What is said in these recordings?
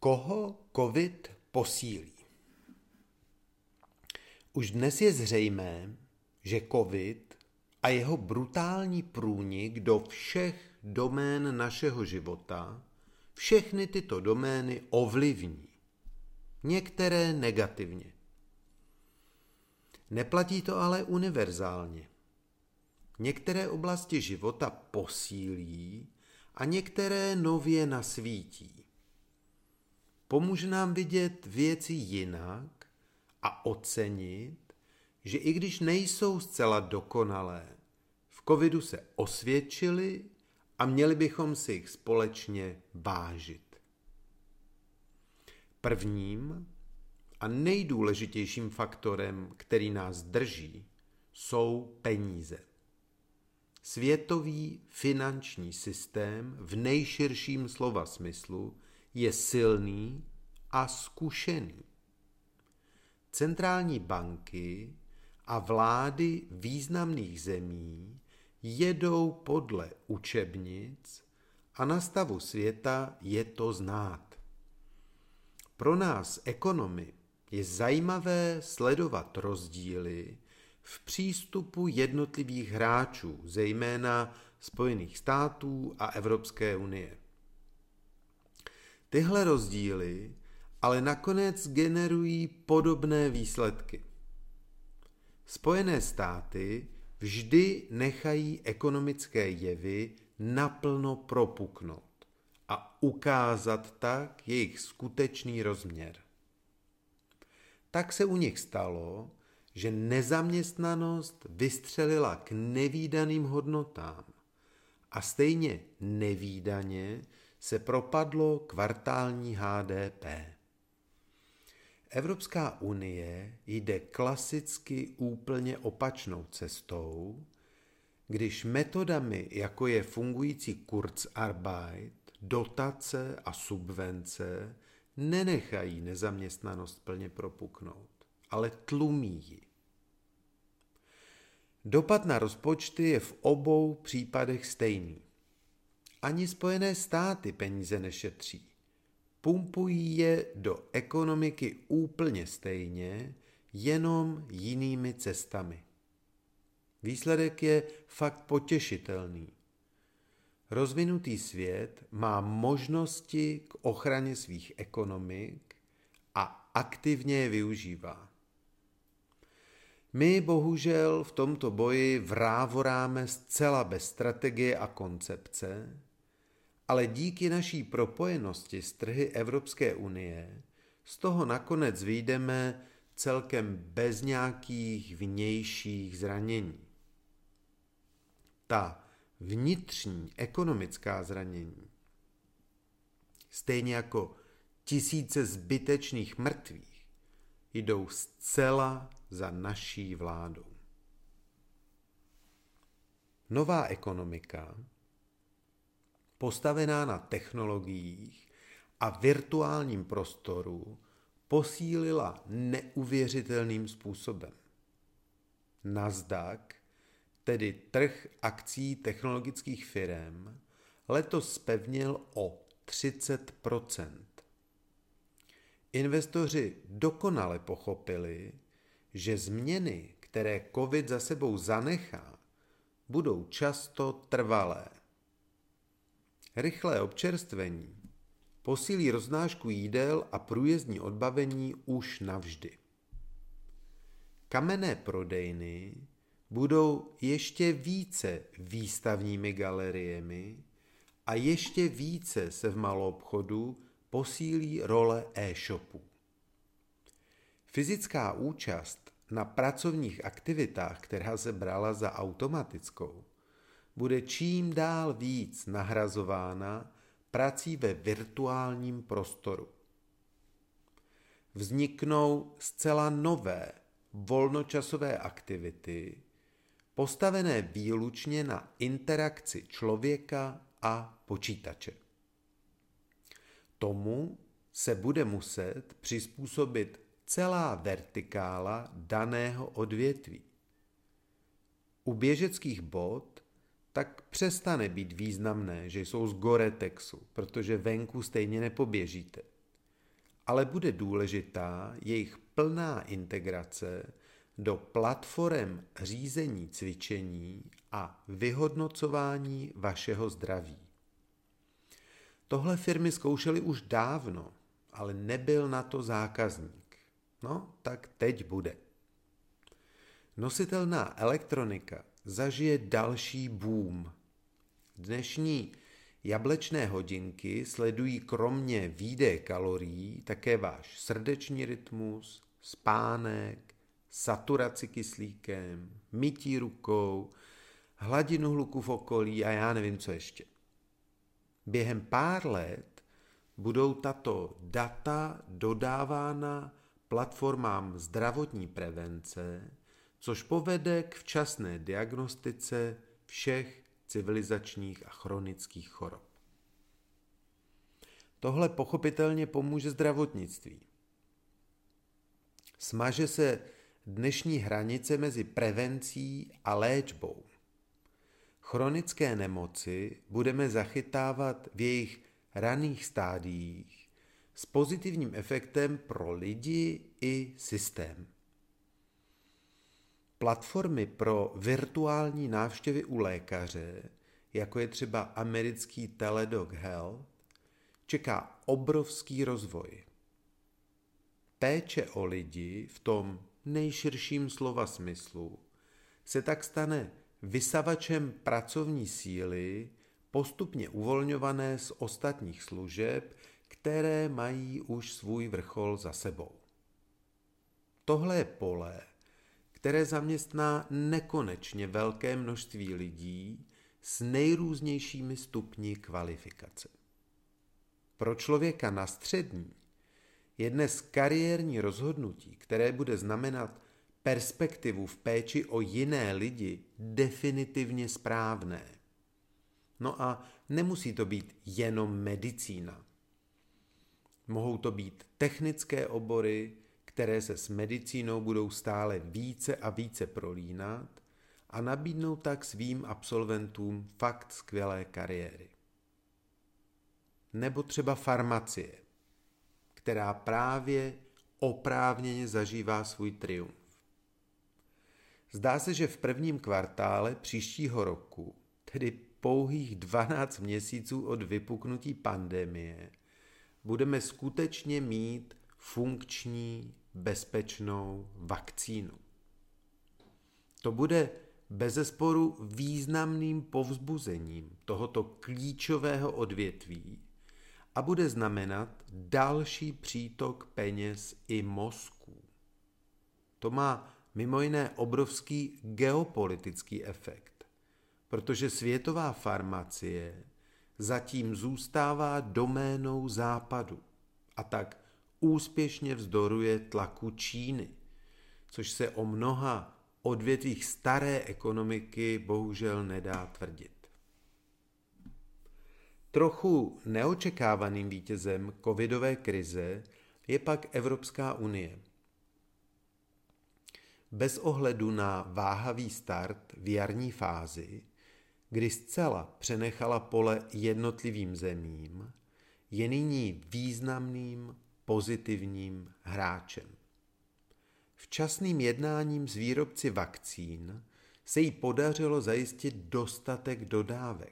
Koho covid posílí? Už dnes je zřejmé, že covid a jeho brutální průnik do všech domén našeho života všechny tyto domény ovlivní. Některé negativně. Neplatí to ale univerzálně. Některé oblasti života posílí a některé nově nasvítí. Pomůže nám vidět věci jinak a ocenit, že i když nejsou zcela dokonalé, v covidu se osvědčily a měli bychom si jich společně vážit. Prvním a nejdůležitějším faktorem, který nás drží, jsou peníze. Světový finanční systém v nejširším slova smyslu je silný a zkušený. Centrální banky a vlády významných zemí jedou podle učebnic a na stavu světa je to znát. Pro nás, ekonomy, je zajímavé sledovat rozdíly v přístupu jednotlivých hráčů, zejména Spojených států a Evropské unie. Tyhle rozdíly ale nakonec generují podobné výsledky. Spojené státy vždy nechají ekonomické jevy naplno propuknout a ukázat tak jejich skutečný rozměr. Tak se u nich stalo, že nezaměstnanost vystřelila k nevídaným hodnotám a stejně nevídaně se propadlo kvartální HDP. Evropská unie jde klasicky úplně opačnou cestou, když metodami, jako je fungující Kurzarbeit, dotace a subvence, nenechají nezaměstnanost plně propuknout, ale tlumí ji. Dopad na rozpočty je v obou případech stejný. Ani Spojené státy peníze nešetří. Pumpují je do ekonomiky úplně stejně, jenom jinými cestami. Výsledek je fakt potěšitelný. Rozvinutý svět má možnosti k ochraně svých ekonomik a aktivně je využívá. My bohužel v tomto boji vrávoráme zcela bez strategie a koncepce, ale díky naší propojenosti s trhy Evropské unie z toho nakonec vyjdeme celkem bez nějakých vnějších zranění. Ta vnitřní ekonomická zranění, stejně jako tisíce zbytečných mrtvých, jdou zcela za naší vládou. Nová ekonomika, postavená na technologiích a virtuálním prostoru, posílila neuvěřitelným způsobem. Nasdaq, tedy trh akcií technologických firem, letos zpevnil o 30%. Investoři dokonale pochopili, že změny, které covid za sebou zanechá, budou často trvalé. Rychlé občerstvení posílí roznášku jídel a průjezdní odbavení už navždy. Kamenné prodejny budou ještě více výstavními galeriemi a ještě více se v maloobchodu posílí role e-shopů. Fyzická účast na pracovních aktivitách, která se brala za automatickou, bude čím dál víc nahrazována prací ve virtuálním prostoru. Vzniknou zcela nové volnočasové aktivity, postavené výlučně na interakci člověka a počítače. Tomu se bude muset přizpůsobit celá vertikála daného odvětví. U běžeckých bot tak přestane být významné, že jsou z Gore-Texu, protože venku stejně nepoběžíte. ale bude důležitá jejich plná integrace do platform řízení cvičení a vyhodnocování vašeho zdraví. Tohle firmy zkoušely už dávno, ale nebyl na to zákazník. No, tak teď bude. Nositelná elektronika zažije další boom. Dnešní jablečné hodinky sledují kromě výdeje kalorií také váš srdeční rytmus, spánek, saturaci kyslíkem, mytí rukou, hladinu hluku v okolí a já nevím, co ještě. Během pár let budou tato data dodávána platformám zdravotní prevence, což povede k včasné diagnostice všech civilizačních a chronických chorob. Tohle pochopitelně pomůže zdravotnictví. Smaže se dnešní hranice mezi prevencí a léčbou. Chronické nemoci budeme zachytávat v jejich raných stádiích s pozitivním efektem pro lidi i systém. Platformy pro virtuální návštěvy u lékaře, jako je třeba americký Teladoc Health, čeká obrovský rozvoj. Péče o lidi v tom nejširším slova smyslu se tak stane vysavačem pracovní síly postupně uvolňované z ostatních služeb, které mají už svůj vrchol za sebou. Tohle je pole, které zaměstná nekonečně velké množství lidí s nejrůznějšími stupni kvalifikace. Pro člověka na střední je dnes kariérní rozhodnutí, které bude znamenat perspektivu v péči o jiné lidi, definitivně správné. No a nemusí to být jenom medicína. Mohou to být technické obory, které se s medicínou budou stále více a více prolínat a nabídnou tak svým absolventům fakt skvělé kariéry. Nebo třeba farmacie, která právě oprávněně zažívá svůj triumf. Zdá se, že v prvním kvartále příštího roku, tedy pouhých 12 měsíců od vypuknutí pandemie, budeme skutečně mít funkční, bezpečnou vakcínu. To bude bezesporu významným povzbuzením tohoto klíčového odvětví a bude znamenat další přítok peněz i mozků. To má mimo jiné obrovský geopolitický efekt, protože světová farmacie zatím zůstává doménou Západu a tak úspěšně vzdoruje tlaku Číny, což se o mnoha odvětvích staré ekonomiky bohužel nedá tvrdit. Trochu neočekávaným vítězem covidové krize je pak Evropská unie. Bez ohledu na váhavý start v jarní fázi, kdy zcela přenechala pole jednotlivým zemím, je nyní významným pozitivním hráčem. Včasným jednáním s výrobci vakcín se jí podařilo zajistit dostatek dodávek.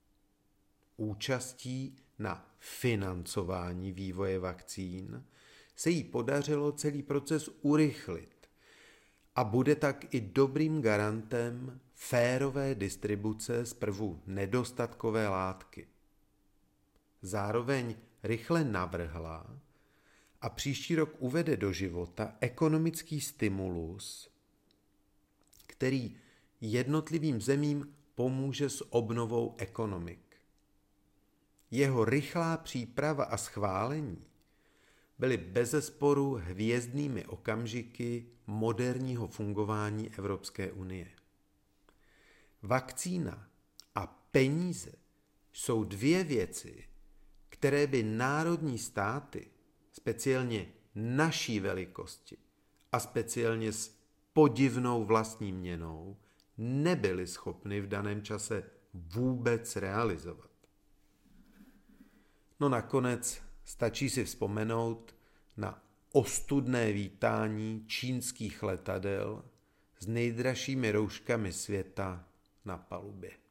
Účastí na financování vývoje vakcín se jí podařilo celý proces urychlit a bude tak i dobrým garantem férové distribuce zprvu nedostatkové látky. Zároveň rychle navrhla a příští rok uvede do života ekonomický stimulus, který jednotlivým zemím pomůže s obnovou ekonomik. Jeho rychlá příprava a schválení byly bezesporu hvězdnými okamžiky moderního fungování Evropské unie. Vakcína a peníze jsou dvě věci, které by národní státy, speciálně naší velikosti a speciálně s podivnou vlastní měnou, nebyly schopny v daném čase vůbec realizovat. No nakonec stačí si vzpomenout na ostudné vítání čínských letadel s nejdražšími rouškami světa na palubě.